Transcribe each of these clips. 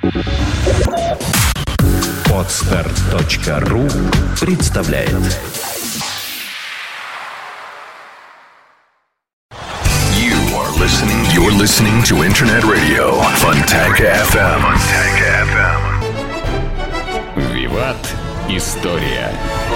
Podster.ru представляет. You're listening to Internet Radio Fontanka FM. Виват. История.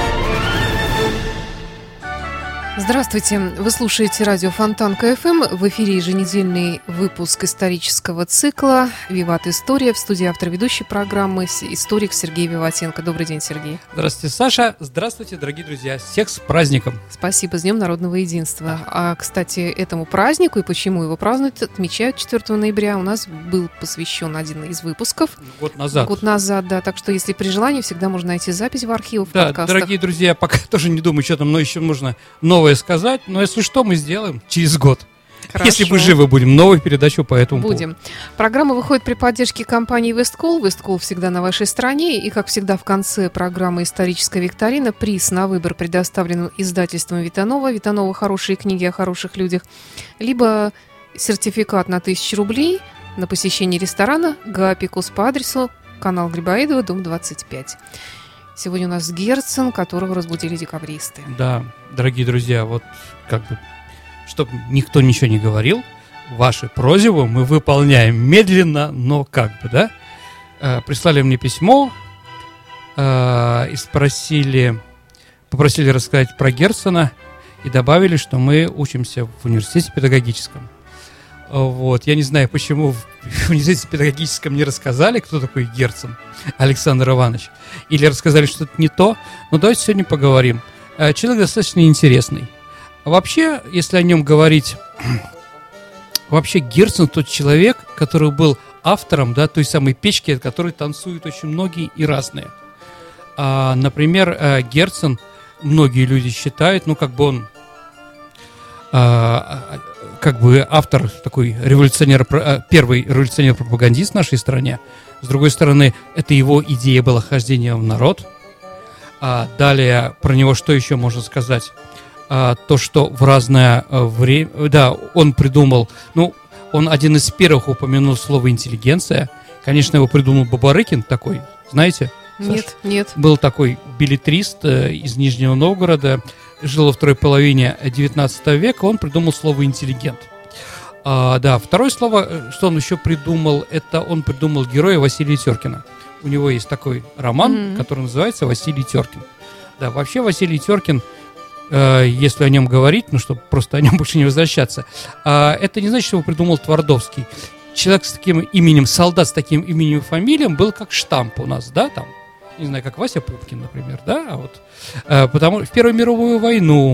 Здравствуйте! Вы слушаете радио Фонтанка ФМ. В эфире еженедельный выпуск исторического цикла «Виват. История». В студии автор-ведущей программы историк Сергей Виватенко. Добрый день, Сергей. Здравствуйте, Саша. Здравствуйте, дорогие друзья. Всех с праздником. Спасибо, с Днем Народного Единства. А, кстати, этому празднику и почему его празднуют, отмечают 4 ноября. У нас был посвящен один из выпусков. Год назад, да. Так что, если при желании, всегда можно найти запись в архивах, в да, подкастах. Дорогие друзья, пока тоже не думаю, что там, но еще можно новое сказать. Но если что, мы сделаем через год. Хорошо. Если мы живы будем, новую передачу по этому поводу. Программа выходит при поддержке компании Весткол. Весткол всегда на вашей стороне. И, как всегда, в конце программы «Историческая викторина» приз на выбор предоставлен издательством Витанова. Витанова «Хорошие книги о хороших людях». Либо сертификат на 1000 рублей на посещение ресторана «Гапикус» по адресу канал Грибоедова, дом 25. Сегодня у нас Герцен, которого разбудили декабристы. Да, дорогие друзья, вот как бы, чтобы никто ничего не говорил, ваши просьбы мы выполняем медленно, но как бы, да. Прислали мне письмо и попросили рассказать про Герцена и добавили, что мы учимся в университете педагогическом. Вот, я не знаю, почему в университете педагогическом не рассказали, кто такой Герцен Александр Иванович, или рассказали что-то не то, но давайте сегодня поговорим. Человек достаточно интересный. Вообще, если о нем говорить, вообще Герцен тот человек, который был автором, да, той самой печки, от которой танцуют очень многие и разные. Например, Герцен, многие люди считают, как бы он автор, такой революционер, первый революционер-пропагандист в нашей стране. С другой стороны, это его идея была хождение в народ. Далее, про него что еще можно сказать? То, что в разное время... Да, он придумал... он один из первых упомянул слово «интеллигенция». Конечно, его придумал Бабарыкин такой, знаете? Нет. Был такой беллетрист из Нижнего Новгорода, жил во второй половине 19 века, он придумал слово «интеллигент». Второе слово, что он еще придумал, это он придумал героя Василия Теркина. У него есть такой роман, который называется «Василий Теркин». Да, вообще Василий Теркин, если о нем говорить, чтобы просто о нем больше не возвращаться, это не значит, что его придумал Твардовский. Человек с таким именем, солдат с таким именем и фамилией был как штамп у нас, да, там. Не знаю, как Вася Пупкин, например, да, потому в Первую мировую войну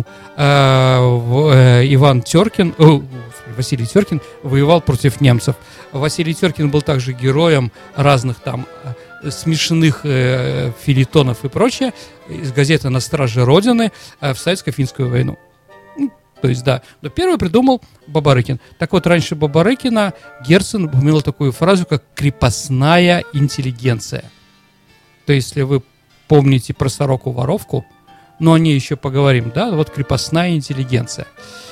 Василий Теркин воевал против немцев. Василий Теркин был также героем разных там смешных фельетонов и прочее из газеты «На страже Родины» в советско-финскую войну. То есть, да, но первый придумал Бабарыкин. Так вот, раньше Бабарыкина Герцен упомянул такую фразу, как «крепостная интеллигенция». То есть, если вы помните про сороку-воровку, но о ней еще поговорим, да, вот крепостная интеллигенция.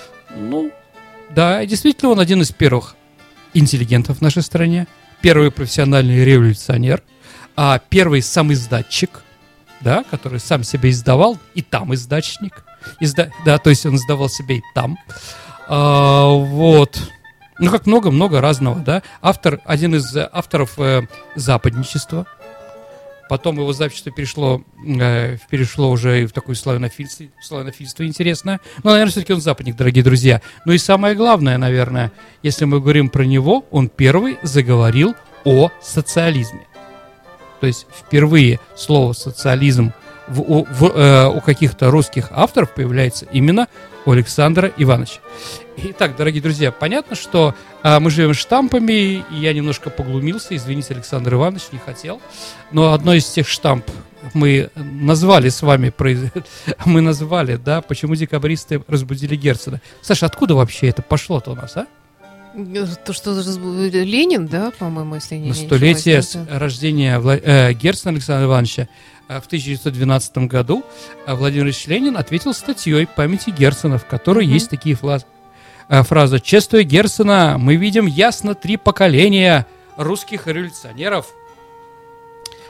Да, действительно, он один из первых интеллигентов в нашей стране, первый профессиональный революционер, первый самиздатчик, да, который сам себя издавал, и там издатчик, да, то есть он издавал себя и там, вот. Как много разного, да, один из авторов западничества. Потом его западничество перешло уже в такое славянофильство интересное. Наверное, все-таки он западник, дорогие друзья. И самое главное, наверное, если мы говорим про него, он первый заговорил о социализме. То есть впервые слово «социализм» у каких-то русских авторов появляется именно у Александра Ивановича. Итак, дорогие друзья, понятно, что мы живем штампами, и я немножко поглумился, извините, Александр Иванович, не хотел, но одно из тех штамп мы назвали с вами, да, почему декабристы разбудили Герцена. Саша, откуда вообще это пошло-то у нас, То, что Ленин, да, по-моему, если не столетие рождения Герцена Александра Ивановича в 1912 году Владимир Ильич Ленин ответил статьей памяти Герцена, в которой есть такие фразы: «Чествуя Герцена, мы видим ясно 3 поколения русских революционеров,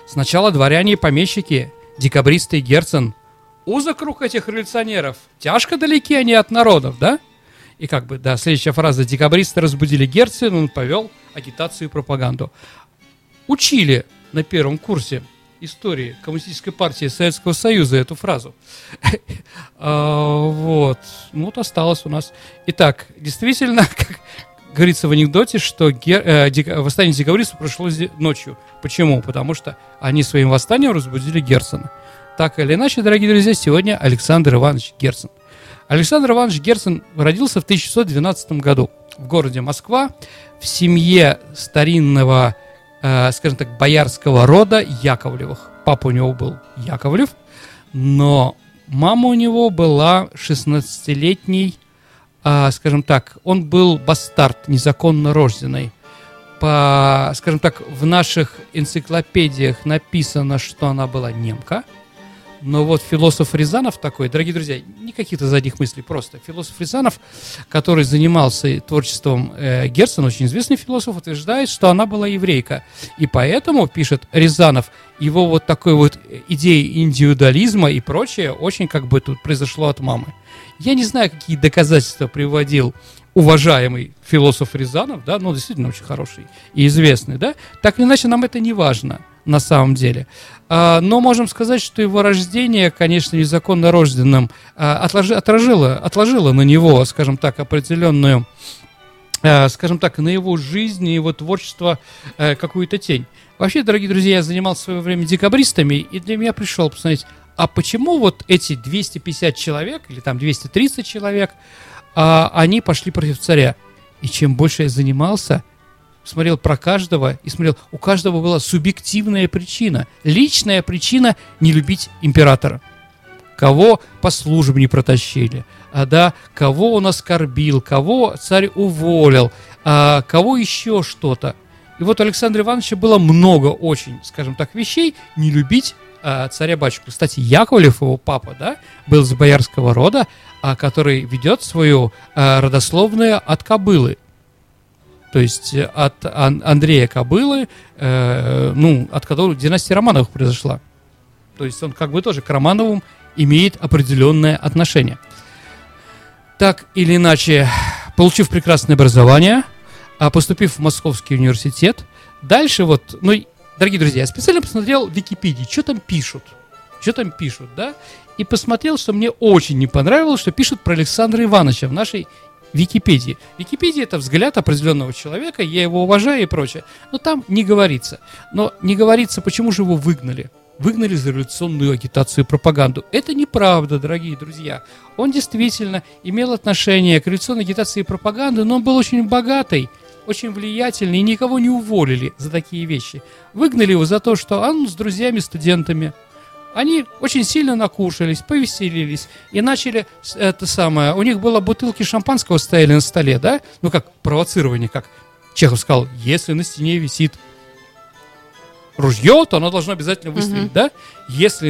Сначала дворяне и помещики, декабристы и Герцен. Узок круг этих революционеров. Тяжко далеки они от народов, да? И как бы, да, следующая фраза. Декабристы разбудили Герцена, он повел агитацию и пропаганду. Учили на первом курсе истории Коммунистической партии Советского Союза эту фразу. Вот. Ну, вот осталось у нас. Итак, действительно, как говорится в анекдоте, что восстание декабристов прошло ночью. Почему? Потому что они своим восстанием разбудили Герцена. Так или иначе, дорогие друзья, сегодня Александр Иванович Герцен. Александр Иванович Герцен родился в 1612 году в городе Москва в семье старинного, скажем так, боярского рода Яковлевых. Папа у него был Яковлев, но мама у него была 16-летней, скажем так, он был бастард, незаконно рожденный. Скажем так, в наших энциклопедиях написано, что она была немка. Но вот философ Рязанов такой, дорогие друзья, не каких-то задних мыслей, просто философ Рязанов, который занимался творчеством Герцена, очень известный философ, утверждает, что она была еврейка. И поэтому, пишет Рязанов, его вот такой вот идеи индивидуализма и прочее очень как бы тут произошло от мамы. Я не знаю, какие доказательства приводил уважаемый философ Рязанов, да, ну, действительно очень хороший и известный, да, так или иначе нам это не важно на самом деле. Но можем сказать, что его рождение, конечно, незаконно рожденным отложило на него, скажем так, определенную, скажем так, на его жизнь и его творчество какую-то тень. Вообще, дорогие друзья, я занимался в свое время декабристами, и для меня пришел посмотреть, а почему вот эти 250 человек, или там 230 человек, они пошли против царя. И чем больше я занимался, смотрел про каждого и смотрел, у каждого была субъективная причина, личная причина не любить императора. Кого по службе не протащили, да, кого он оскорбил, кого царь уволил, кого еще что-то. И вот у Александра Ивановича было много очень, скажем так, вещей не любить царя-батюшку. Кстати, Яковлев, его папа, да, был из боярского рода, который ведет свою родословную от Кобылы. То есть от Андрея Кобылы, от которого династия Романовых произошла. То есть он как бы тоже к Романовым имеет определенное отношение. Так или иначе, получив прекрасное образование, поступив в Московский университет, дальше вот, дорогие друзья, я специально посмотрел в Википедии, что там пишут, да, и посмотрел, что мне очень не понравилось, что пишут про Александра Ивановича в нашей Википедии. Википедия — это взгляд определенного человека, я его уважаю и прочее, но там не говорится. Но не говорится, почему же его выгнали. Выгнали за революционную агитацию и пропаганду. Это неправда, дорогие друзья. Он действительно имел отношение к революционной агитации и пропаганде, но он был очень богатый, очень влиятельный, и никого не уволили за такие вещи. Выгнали его за то, что он с друзьями-студентами. Они очень сильно накушались, повеселились и начали у них было бутылки шампанского стояли на столе, да? Как провоцирование, как Чехов сказал, если на стене висит ружье, то оно должно обязательно выстрелить, да? Если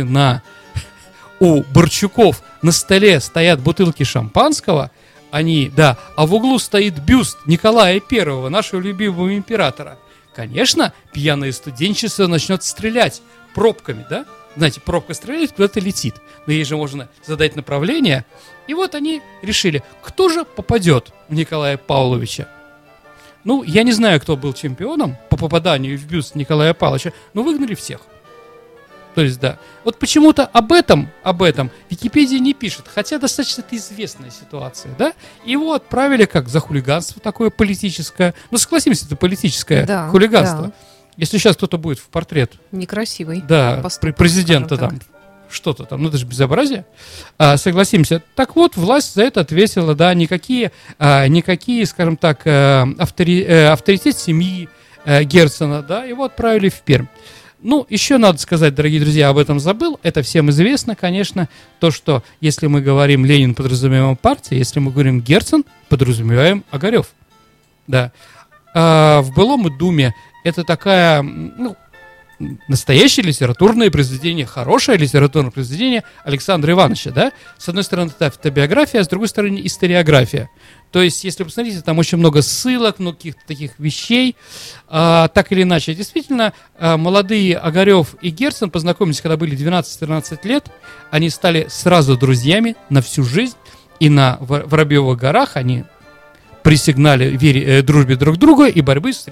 у Борчуков на столе стоят бутылки шампанского, а в углу стоит бюст Николая I, нашего любимого императора, конечно, пьяное студенчество начнет стрелять пробками, да? Знаете, пробка стреляет, куда-то летит. Но ей же можно задать направление. И вот они решили, кто же попадет в Николая Павловича. Я не знаю, кто был чемпионом по попаданию в бюст Николая Павловича, но выгнали всех. То есть, да. Вот почему-то об этом Википедия не пишет, хотя достаточно это известная ситуация, да. Его отправили как за хулиганство такое политическое. Согласимся, это политическое хулиганство. Да. Если сейчас кто-то будет в портрет... Некрасивый. Да, поступок, президента там, что-то там, это же безобразие. Согласимся. Так вот, власть за это ответила, да, никакие, скажем так, авторитет семьи Герцена, да, его отправили в Пермь. Еще надо сказать, дорогие друзья, об этом забыл, это всем известно, конечно, то, что если мы говорим Ленин, подразумеваем партия, если мы говорим Герцен, подразумеваем Огарев, да. В былом Думе это такая, настоящее литературное произведение, хорошее литературное произведение Александра Ивановича, да? С одной стороны, это автобиография, а с другой стороны, историография. То есть, если вы посмотрите, там очень много ссылок, много каких-то таких вещей, так или иначе. Действительно, молодые Огарев и Герцен познакомились, когда были 12-13 лет, они стали сразу друзьями на всю жизнь, и на Воробьевых горах они присигнали дружбе друг друга и борьбы с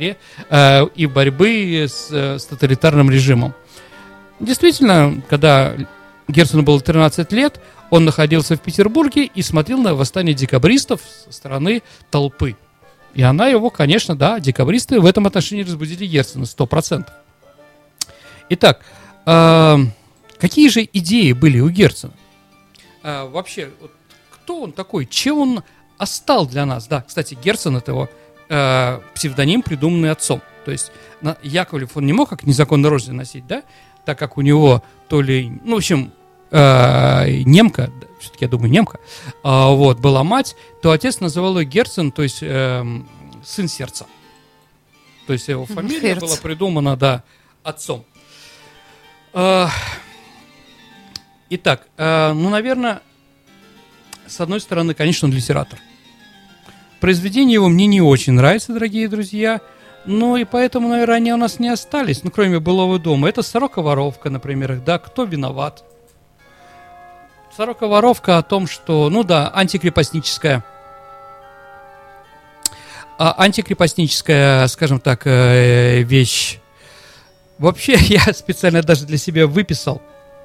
тоталитарным режимом. Действительно, когда Герцену было 13 лет, он находился в Петербурге и смотрел на восстание декабристов со стороны толпы. И она его, конечно, да, декабристы в этом отношении разбудили Герцена 100%. Итак, какие же идеи были у Герцена? Вообще, кто он такой? Чем он остал для нас? Да, кстати, Герцен — это его псевдоним, придуманный отцом. То есть Яковлев он не мог как незаконно рожденный носить, да? Так как у него то ли, ну, в общем, немка, все-таки я думаю немка, вот, была мать, то отец называл ее Герцен, то есть сын сердца. То есть его фамилия была придумана, да, отцом. Итак, ну, наверное, с одной стороны, конечно, он литератор. Произведения его мне не очень нравятся, дорогие друзья, ну и поэтому, наверное, они у нас не остались, ну, кроме «Былого дома». Это «Сорока-воровка», например, да, «Кто виноват?». «Сорока-воровка» о том, что, ну да, антикрепостническая, скажем так, вещь. Вообще, я специально даже для себя выписал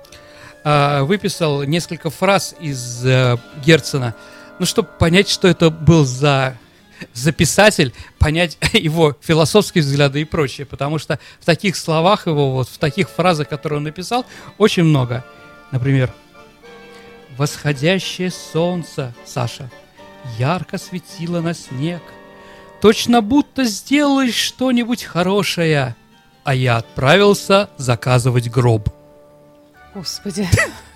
несколько фраз из Герцена, ну, чтобы понять, что это был за писатель, понять его философские взгляды и прочее, потому что в таких словах его, вот в таких фразах, которые он написал, очень много. Например, «Восходящее солнце, Саша, ярко светило на снег, точно будто сделаешь что-нибудь хорошее, а я отправился заказывать гроб». Господи.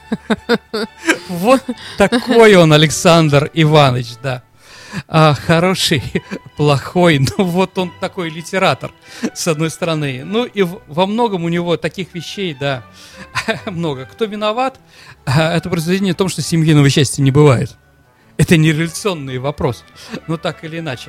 Вот такой он, Александр Иванович, да. Хороший, плохой, ну вот он такой литератор, с одной стороны. Ну и во многом у него таких вещей, да, много. «Кто виноват?» Это произведение о том, что семейного счастья не бывает. Это не революционный вопрос, но так или иначе.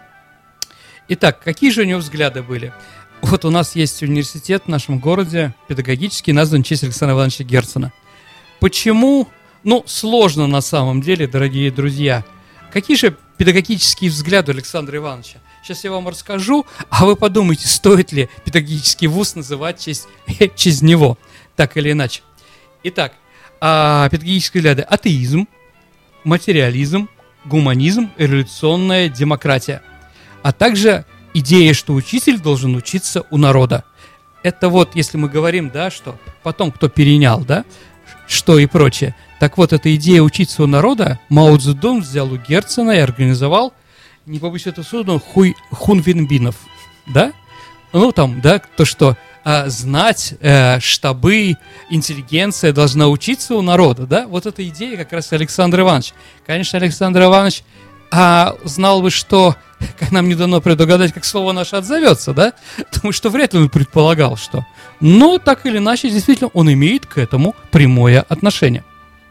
Итак, какие же у него взгляды были? Вот у нас есть университет в нашем городе, педагогический, назван в честь Александра Ивановича Герцена. Почему? Ну, сложно на самом деле, дорогие друзья. Какие же педагогические взгляды Александра Ивановича? Сейчас я вам расскажу, а вы подумайте, стоит ли педагогический вуз называть в честь него, так или иначе. Итак, педагогические взгляды: атеизм, материализм, гуманизм, революционная демократия, а также идея, что учитель должен учиться у народа. Это вот, если мы говорим, да, что потом кто перенял, да, что и прочее. Так вот, эта идея учиться у народа Мао Цзэдун взял у Герцена и организовал, не побоюсь этого слова, хунвейбинов, да? Ну, там, да, то, что знать, штабы, интеллигенция должна учиться у народа, да? Вот эта идея как раз Александр Иванович. Конечно, Александр Иванович знал бы, что, как нам не дано предугадать, как слово наше отзовется, да? Потому что вряд ли он предполагал, что. Но так или иначе, действительно, он имеет к этому прямое отношение.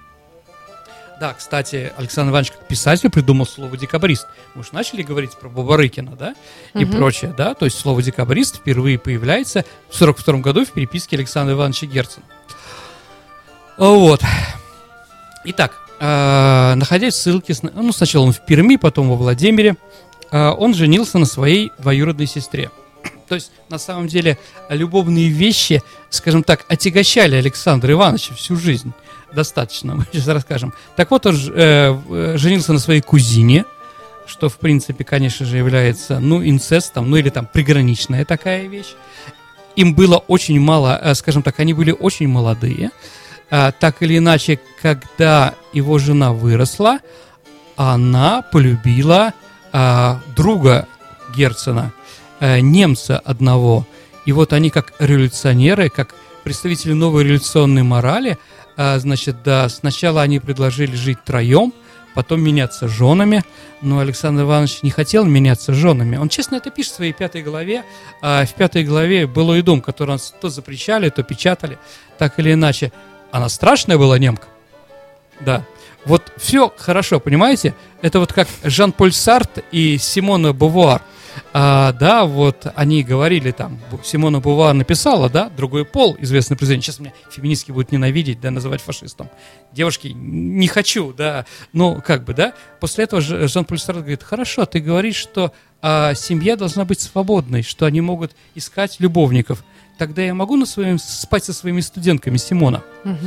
Да, кстати, Александр Иванович как писатель придумал слово «декабрист». Мы уж начали говорить про Бабарыкина, да, и прочее, да, то есть слово «декабрист» впервые появляется в 1942 году в переписке Александра Ивановича Герцена. Вот. Итак, находясь в ссылке, ну, сначала он в Перми, потом во Владимире, он женился на своей двоюродной сестре. То есть, на самом деле, любовные вещи, скажем так, отягощали Александра Ивановича всю жизнь. Достаточно, мы сейчас расскажем. Так вот, он женился на своей кузине, что, в принципе, конечно же, является, ну, инцестом, ну, или там приграничная такая вещь. Им было очень мало, скажем так, они были очень молодые. Так или иначе, когда его жена выросла, она полюбила друга Герцена, немца одного. И вот они как революционеры, как представители новой революционной морали, значит, да, сначала они предложили жить втроем, потом меняться женами. Но Александр Иванович не хотел меняться женами. Он честно это пишет в своей 5 главе. В 5 главе «Былой дом», который он то запрещали, то печатали, так или иначе. Она страшная была немка. Да. Вот все хорошо, понимаете? Это вот как Жан-Поль Сартр и Симона Бувуар. Да, вот они говорили там, Симона Бувуар написала, да, «Другой пол», известное произведение. Сейчас меня феминистки будут ненавидеть, да, называть фашистом. Девушки, не хочу, да, ну, как бы, да. После этого Жан-Поль Сартр говорит: хорошо, ты говоришь, что семья должна быть свободной, что они могут искать любовников. Тогда я могу спать со своими студентками, Симона?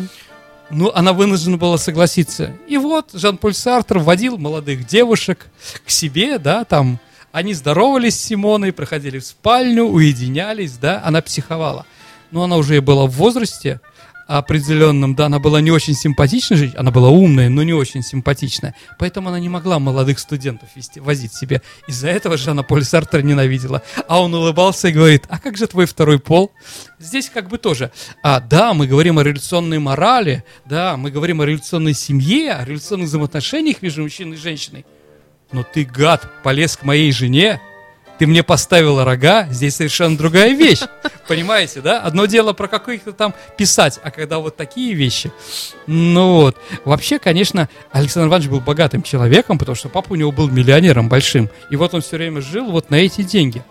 Ну, она вынуждена была согласиться. И вот Жан-Поль Сартр водил молодых девушек к себе, да, там. Они здоровались с Симоной, проходили в спальню, уединялись, да, она психовала. Но она уже была в возрасте определенном, да, она была не очень симпатичной, она была умная, но не очень симпатичная. Поэтому она не могла молодых студентов возить себе. Из-за этого Жана-Поль Сартр ненавидела. А он улыбался и говорит: а как же твой второй пол? Здесь как бы тоже. Да, мы говорим о революционной морали, да, мы говорим о революционной семье, о революционных взаимоотношениях между мужчиной и женщиной. Но ты, гад, полез к моей жене, ты мне поставила рога, здесь совершенно другая вещь. Понимаете, да? Одно дело про каких-то там писать, а когда вот такие вещи. Ну вот. Вообще, конечно, Александр Иванович был богатым человеком, потому что папа у него был миллионером большим. И вот он все время жил вот на эти деньги.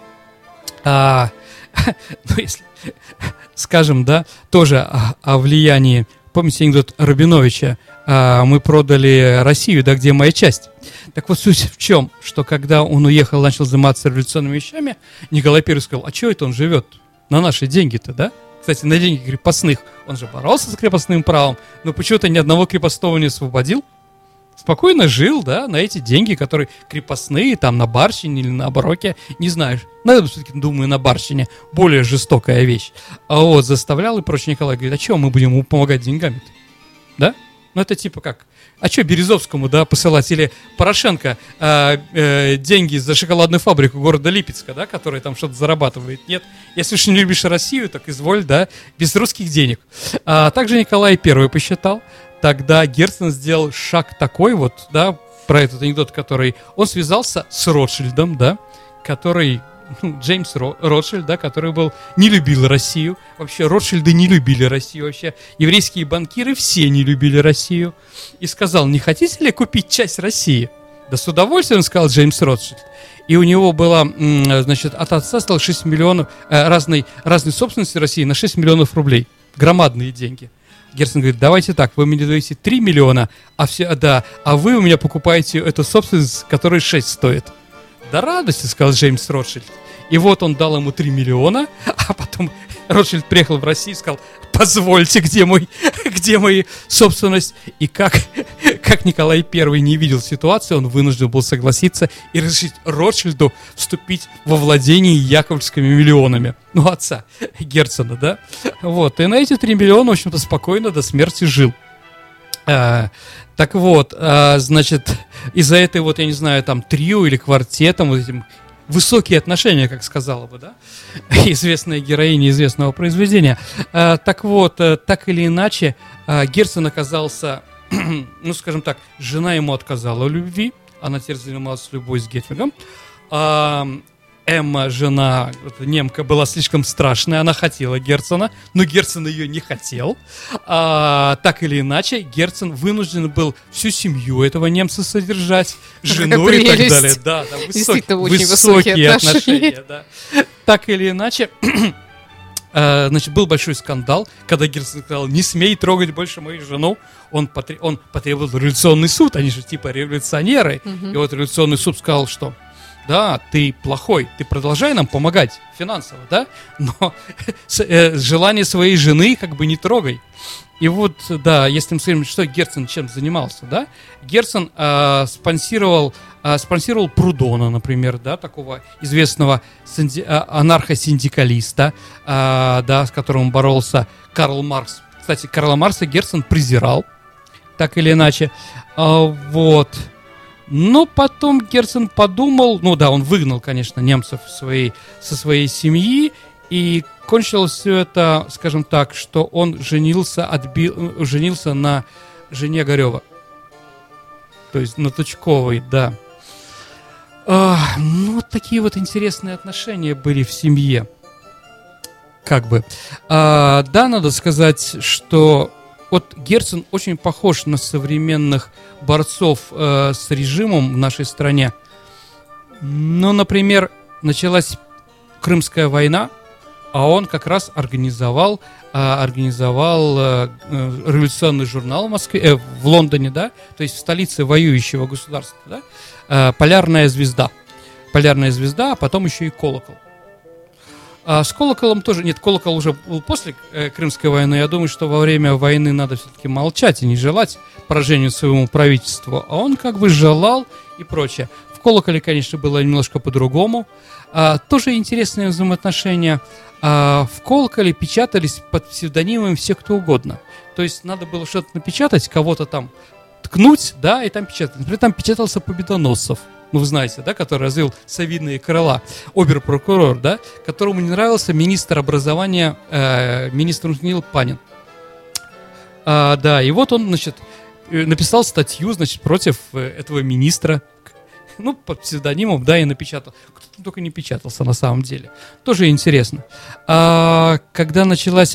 Ну, если, скажем, да, тоже о влиянии. Помните анекдот Рабиновича? Мы продали Россию, да, где моя часть? Так вот, суть в чем, что когда он уехал, начал заниматься революционными вещами, Николай I сказал: а что это он живет на наши деньги-то, да? Кстати, на деньги крепостных. Он же боролся с крепостным правом, но почему-то ни одного крепостного не освободил. Спокойно жил, да, на эти деньги, которые крепостные, там, на барщине или на обороке, не знаю. Наверное, все-таки, думаю, на барщине более жестокая вещь. А вот, заставлял и прочее. Николай говорит: а что мы будем ему помогать деньгами-то? Да? Ну, это типа как? А что Березовскому, да, посылать? Или Порошенко деньги за шоколадную фабрику города Липецка, да, которая там что-то зарабатывает? Нет. Если уж не любишь Россию, так изволь, да, без русских денег. Также Николай I посчитал. Тогда Герцен сделал шаг такой вот, да, про этот анекдот, который... Он связался с Ротшильдом, да, который... Джеймс Ротшильд, да, который не любил Россию. Вообще, Ротшильды не любили Россию. Вообще, еврейские банкиры все не любили Россию. И сказал: не хотите ли купить часть России? Да с удовольствием, сказал Джеймс Ротшильд. И у него было, значит, от отца стало 6 миллионов разной собственности России на 6 миллионов рублей. Громадные деньги. Герцен говорит: давайте так, вы мне даете 3 миллиона, а вы у меня покупаете эту собственность, которая 6 стоит. Да радости, сказал Джеймс Ротшильд. И вот он дал ему 3 миллиона, а потом Ротшильд приехал в Россию и сказал: позвольте, где моя собственность? И как Николай I не видел ситуации, он вынужден был согласиться и разрешить Ротшильду вступить во владение яковлевскими миллионами. Ну, отца Герцена, да? Вот, и на эти 3 миллиона, в общем-то, спокойно до смерти жил. Так вот, значит, из-за этой вот, я не знаю, там, трио или квартетом, вот этим высокие отношения, как сказала бы, да, известная героиня известного произведения. Так вот, так или иначе, Герцен оказался, ну, скажем так, жена ему отказала в любви, она теперь занималась любовью с Гетвигом. Эмма, жена, немка, была слишком страшная, она хотела Герцена, но Герцен ее не хотел. Так или иначе, Герцен вынужден был всю семью этого немца содержать, жену и так далее. Да, высокие отношения. Да. Так или иначе, значит, был большой скандал, когда Герцен сказал: не смей трогать больше мою жену. Он потребовал революционный суд, они же типа революционеры. И вот революционный суд сказал, что да, ты плохой, ты продолжай нам помогать финансово, да, но желание своей жены как бы не трогай. И вот, да, если мы смотрим, что Герцен чем занимался, да, Герцен спонсировал Прудона, например, да, такого известного анархосиндикалиста, да, с которым боролся Карл Маркс. Кстати, Карла Маркса Герцен презирал, так или иначе, вот. Но потом Герцен подумал, ну да, он выгнал, конечно, немцев со своей семьи, и кончилось все это, скажем так, что он женился на жене Огарева. То есть на Тучковой, да. Ну, вот такие вот интересные отношения были в семье. Как бы. Да, надо сказать, что вот Герцен очень похож на современных борцов с режимом в нашей стране. Ну, например, началась Крымская война, а он как раз организовал революционный журнал в Москве, в Лондоне, да, то есть в столице воюющего государства, да, «Полярная звезда», а потом еще и «Колокол». А с «Колоколом» тоже, нет, «Колокол» уже был после Крымской войны, я думаю, что во время войны надо все-таки молчать и не желать поражению своему правительству, а он как бы желал и прочее. В «Колоколе», конечно, было немножко по-другому. Тоже интересные взаимоотношения. В «Колоколе» печатались под псевдонимом все кто угодно. То есть надо было что-то напечатать, кого-то там ткнуть, да, и там печатать. Например, там печатался Победоносцев, ну, вы знаете, да, который развил совиные крыла, обер-прокурор, да, которому не нравился министр образования, министр Михаил Панин. Да, и вот он, значит, написал статью, значит, против этого министра, ну, под псевдонимом, да, и напечатал. Кто-то только не печатался на самом деле. Тоже интересно. Когда началась,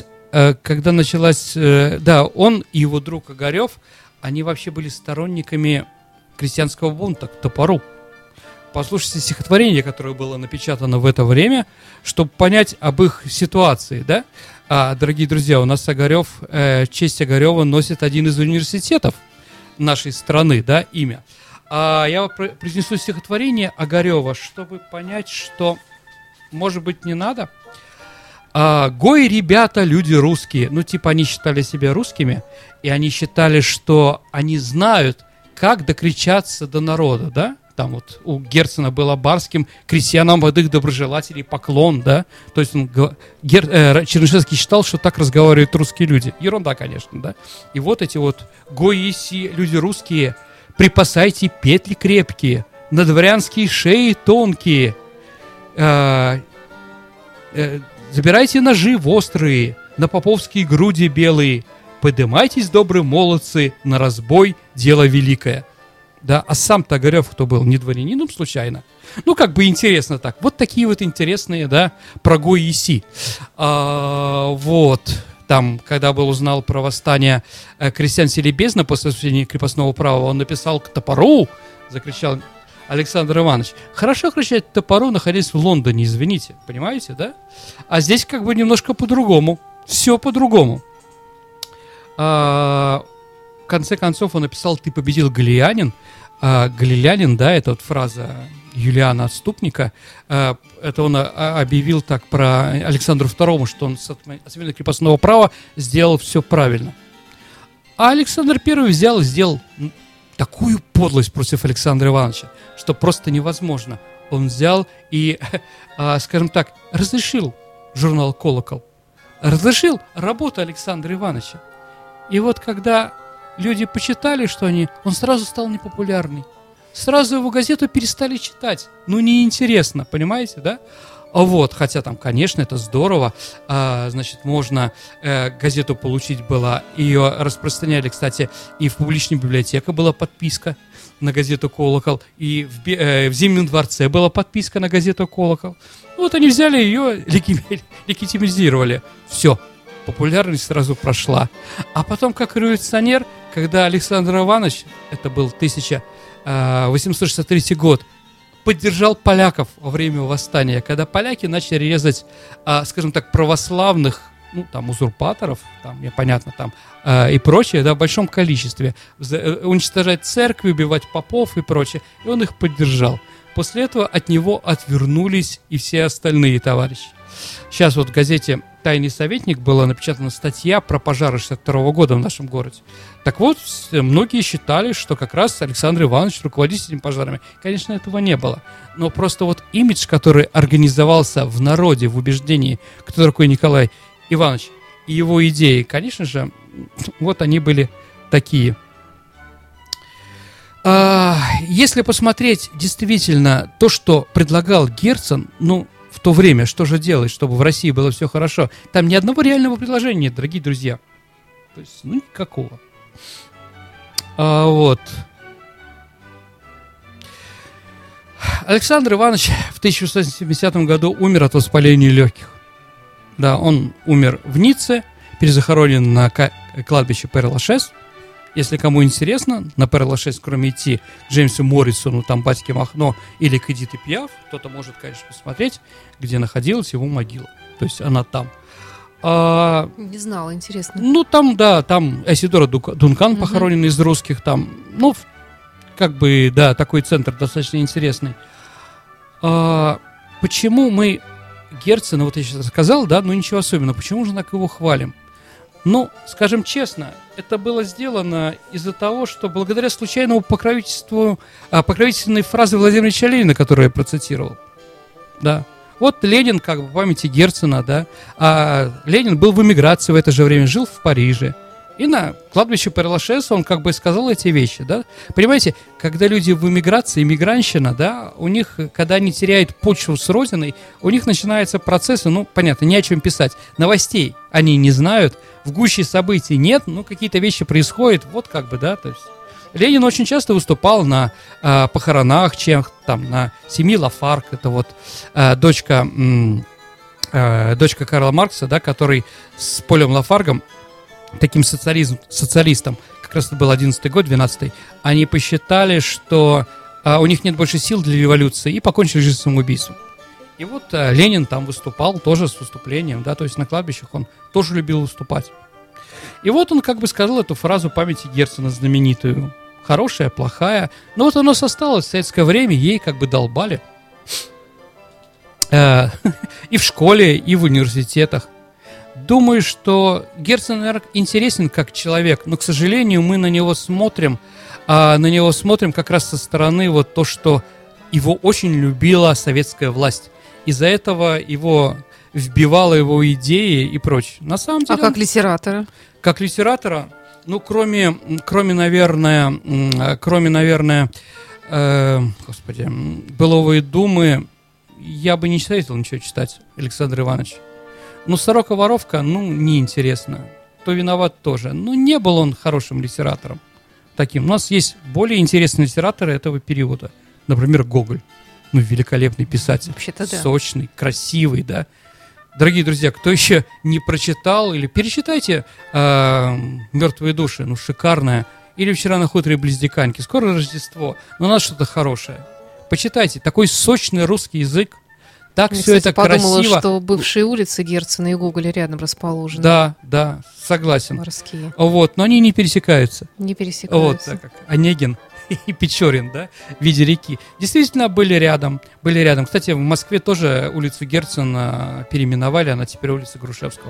да, он и его друг Огарев, они вообще были сторонниками крестьянского бунта к топору. Послушайте стихотворение, которое было напечатано в это время, чтобы понять об их ситуации, да? Дорогие друзья, у нас Огарев, честь Огарева носит один из университетов нашей страны, да, имя. Я произнесу стихотворение Огарева, чтобы понять, что, может быть, не надо. Гой, ребята, люди русские. Ну, типа, они считали себя русскими, и они считали, что они знают, как докричаться до народа, да? Там вот у Герцена было барским крестьянам водых доброжелателей поклон, да? То есть Чернышевский считал, что так разговаривают русские люди. Ерунда, конечно, да? И вот эти вот гоиси, люди русские, припасайте петли крепкие, на дворянские шеи тонкие, забирайте ножи острые, на поповские груди белые, подымайтесь, добрые молодцы, на разбой дело великое. Да, а сам-то Огарев кто был? Не дворянином случайно? Ну, как бы интересно так. Вот такие вот интересные, да, про гоиси. Вот. Там, когда был узнал про восстание крестьян Селебезна после осуществления крепостного права, он написал к топору, закричал Александр Иванович. Хорошо кричать к топору, находясь в Лондоне, извините, понимаете, да? А здесь как бы немножко по-другому. Все по-другому. В конце концов он написал «Ты победил, галилеянин». Галилеянин, да, это вот фраза Юлиана Отступника. Это он объявил так про Александру II, что он с отменой крепостного права сделал все правильно. А Александр I взял и сделал такую подлость против Александра Ивановича, что просто невозможно. Он взял и, скажем так, разрешил журнал «Колокол», разрешил работу Александра Ивановича. И вот когда люди почитали, что он сразу стал непопулярный. Сразу его газету перестали читать. Ну, неинтересно, понимаете, да? Вот, хотя там, конечно, это здорово. Значит, можно газету получить было. Ее распространяли, кстати, и в публичной библиотеке была подписка на газету «Колокол», и в Зимнем дворце была подписка на газету «Колокол». Вот они взяли ее, легитимизировали. Все. Популярность сразу прошла. А потом, как революционер, когда Александр Иванович, это был 1863 год, поддержал поляков во время восстания, когда поляки начали резать, скажем так, православных, ну, там, узурпаторов, там, понятно, там, и прочее, да, в большом количестве, уничтожать церкви, убивать попов и прочее, и он их поддержал. После этого от него отвернулись и все остальные товарищи. Сейчас вот в газете «Тайный советник» была напечатана статья про пожары 62 года в нашем городе. Так вот, многие считали, что как раз Александр Иванович руководит этими пожарами. Конечно, этого не было. Но просто вот имидж, который организовался в народе, в убеждении, кто такой Николай Иванович, и его идеи, конечно же, вот они были такие. Если посмотреть действительно то, что предлагал Герцен, ну, в то время, что же делать, чтобы в России было все хорошо? Там ни одного реального предложения нет, дорогие друзья. То есть, ну, никакого. Вот. Александр Иванович в 1670 году умер от воспаления легких. Да, он умер в Ницце, перезахоронен на кладбище Пер-Лашез. Если кому интересно, на Пер-Лашез, кроме идти к Джеймсу Моррисону, там Батьке Махно или к Эдите Пиаф, кто-то может, конечно, посмотреть, где находилась его могила. То есть она там. Не знала, интересно. Ну, там, да, там Айседора Дункан похоронен из русских, там, ну, как бы, да, такой центр достаточно интересный. Почему мы Герцена, вот я сейчас сказал, да, ну ничего особенного, почему же так его хвалим? Ну, скажем честно, это было сделано из-за того, что благодаря случайному покровительству, покровительственной фразы Владимира Ильича Ленина, которую я процитировал, да. Вот Ленин, как бы, по памяти Герцена, да, а Ленин был в эмиграции в это же время, жил в Париже. И на кладбище Пер-Лашез он как бы сказал эти вещи, да. Понимаете, когда люди в эмиграции, эмигрантщина, да, у них, когда они теряют почву с родиной, у них начинаются процессы, ну, понятно, не о чем писать. Новостей они не знают, в гуще событий нет, ну, какие-то вещи происходят, вот как бы, да, то есть. Ленин очень часто выступал на похоронах, там, на семьи Лафарг, это вот дочка Карла Маркса, да, который с Полем Лафаргом, таким социалистом, как раз это был 11-й год, 12-й, они посчитали, что у них нет больше сил для революции, и покончили жизнь самоубийством. И вот Ленин там выступал тоже с выступлением, да, то есть на кладбищах он тоже любил выступать. И вот он как бы сказал эту фразу памяти Герцена знаменитую. Хорошая, плохая. Но вот оно осталось в советское время, ей как бы долбали. И в школе, и в университетах. Думаю, что Герцен, наверное, интересен как человек, но, к сожалению, мы на него смотрим как раз со стороны вот то, что его очень любила советская власть. Из-за этого его вбивала его идеи и прочее. На самом деле... А как литератора? Как литератора, ну, кроме, наверное, «Быловые думы», я бы не советовал ничего читать, Александр Иванович. Ну, «Сорока-воровка», ну, неинтересно. «Кто виноват» тоже. Ну, не был он хорошим литератором таким. У нас есть более интересные литераторы этого периода. Например, Гоголь. Ну, великолепный писатель. Вообще-то да. Сочный, красивый, да. Дорогие друзья, кто еще не прочитал или перечитайте «Мертвые души», ну, шикарная. Или «Вчера на хуторе близ Диканьки». Скоро Рождество, но у нас что-то хорошее. Почитайте, такой сочный русский язык. Так Я, все кстати, это красиво. подумала, что бывшие улицы Герцена и Гоголя рядом расположены. Да, согласен. Морские. Вот, но они не пересекаются. Не пересекаются. Вот, так как Онегин и Печорин, да, в виде реки. Действительно, были рядом. Кстати, в Москве тоже улицу Герцена переименовали, она теперь улица Грушевского.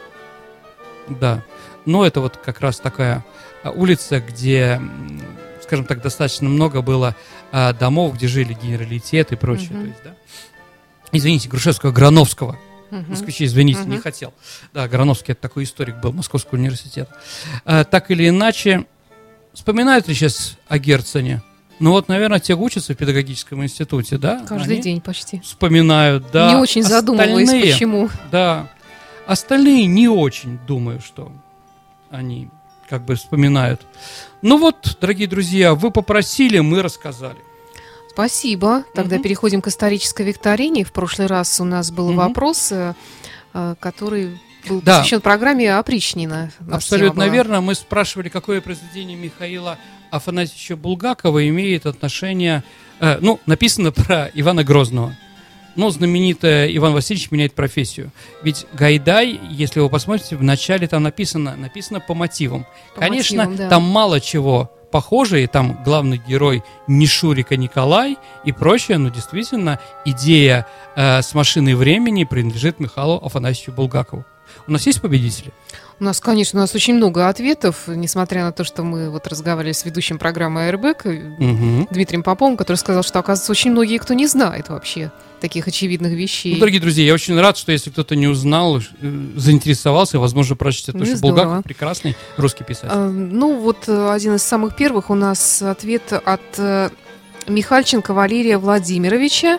Да, но это вот как раз такая улица, где, скажем так, достаточно много было домов, где жили генералитет и прочее. То есть, да. Извините, Грушевского, Грановского. Москвичи, извините, не хотел. Да, Грановский — это такой историк был Московского университета. Так или иначе, вспоминают ли сейчас о Герцене? Ну вот, наверное, те учатся в педагогическом институте, да? Каждый день почти. Вспоминают, да. Не очень задумываясь, почему. Да. Остальные не очень, думаю, что они как бы вспоминают. Ну вот, дорогие друзья, вы попросили, мы рассказали. Спасибо. Тогда переходим к исторической викторине. В прошлый раз у нас был вопрос, который был посвящен программе опричнина. Абсолютно верно. Мы спрашивали, какое произведение Михаила Афанасьевича Булгакова имеет отношение... написано про Ивана Грозного. Но знаменитое «Иван Васильевич меняет профессию». Ведь Гайдай, если вы посмотрите, в начале там написано по мотивам. Конечно, да. Там мало чего похожие, там главный герой не Шурик, а Николай и прочее, но действительно идея с машиной времени принадлежит Михаилу Афанасьевичу Булгакову. У нас есть победители? У нас, конечно, очень много ответов, несмотря на то, что мы вот разговаривали с ведущим программы «Аэрбэк» Дмитрием Поповым, который сказал, что, оказывается, очень многие, кто не знает вообще таких очевидных вещей. Ну, дорогие друзья, я очень рад, что если кто-то не узнал, заинтересовался, возможно, прочтет. Потому что Булгаков прекрасный русский писатель. Вот один из самых первых у нас ответ от Михальченко Валерия Владимировича.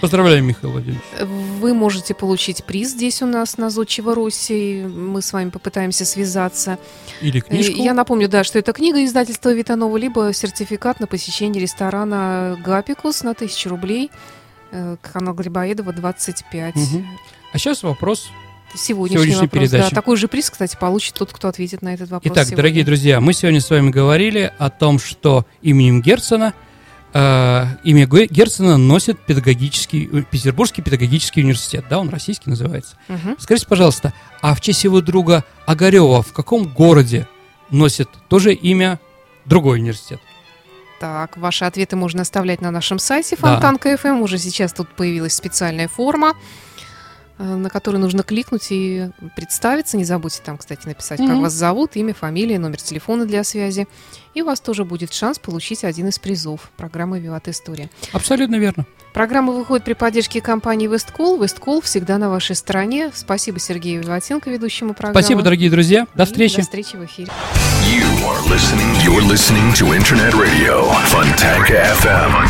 Поздравляю, Михаил Владимирович. Вы можете получить приз здесь у нас на Зодчего Руси. Мы с вами попытаемся связаться. Или книжку. Я напомню, да, что это книга издательства Витанова, либо сертификат на посещение ресторана «Гапикус» на 1000 рублей. Канал Грибоедова, 25. А сейчас вопрос Сегодняшний вопрос, передачи. да. Такой же приз, кстати, получит тот, кто ответит на этот вопрос. Итак, сегодня. дорогие друзья, мы сегодня с вами говорили о том, что именем Герцена имя Герцена носит Петербургский педагогический университет. Да, он российский называется. Скажите, пожалуйста, а в честь его друга Огарева в каком городе носит тоже имя другой университет? Так, ваши ответы можно оставлять на нашем сайте Фонтанка.фм. Уже сейчас тут появилась специальная форма, на которую нужно кликнуть и представиться. Не забудьте там, кстати, написать, как вас зовут, имя, фамилия, номер телефона для связи. И у вас тоже будет шанс получить один из призов программы «Виват История». Абсолютно верно. Программа выходит при поддержке компании «Весткол». «Весткол» всегда на вашей стороне. Спасибо Сергею Виватенко, ведущему программы. Спасибо, дорогие друзья. До встречи. До встречи в эфире. You're listening to Internet Radio, Fontanka FM.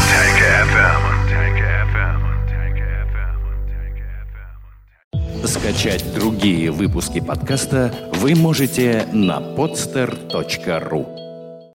Скачать другие выпуски подкаста вы можете на podster.ru.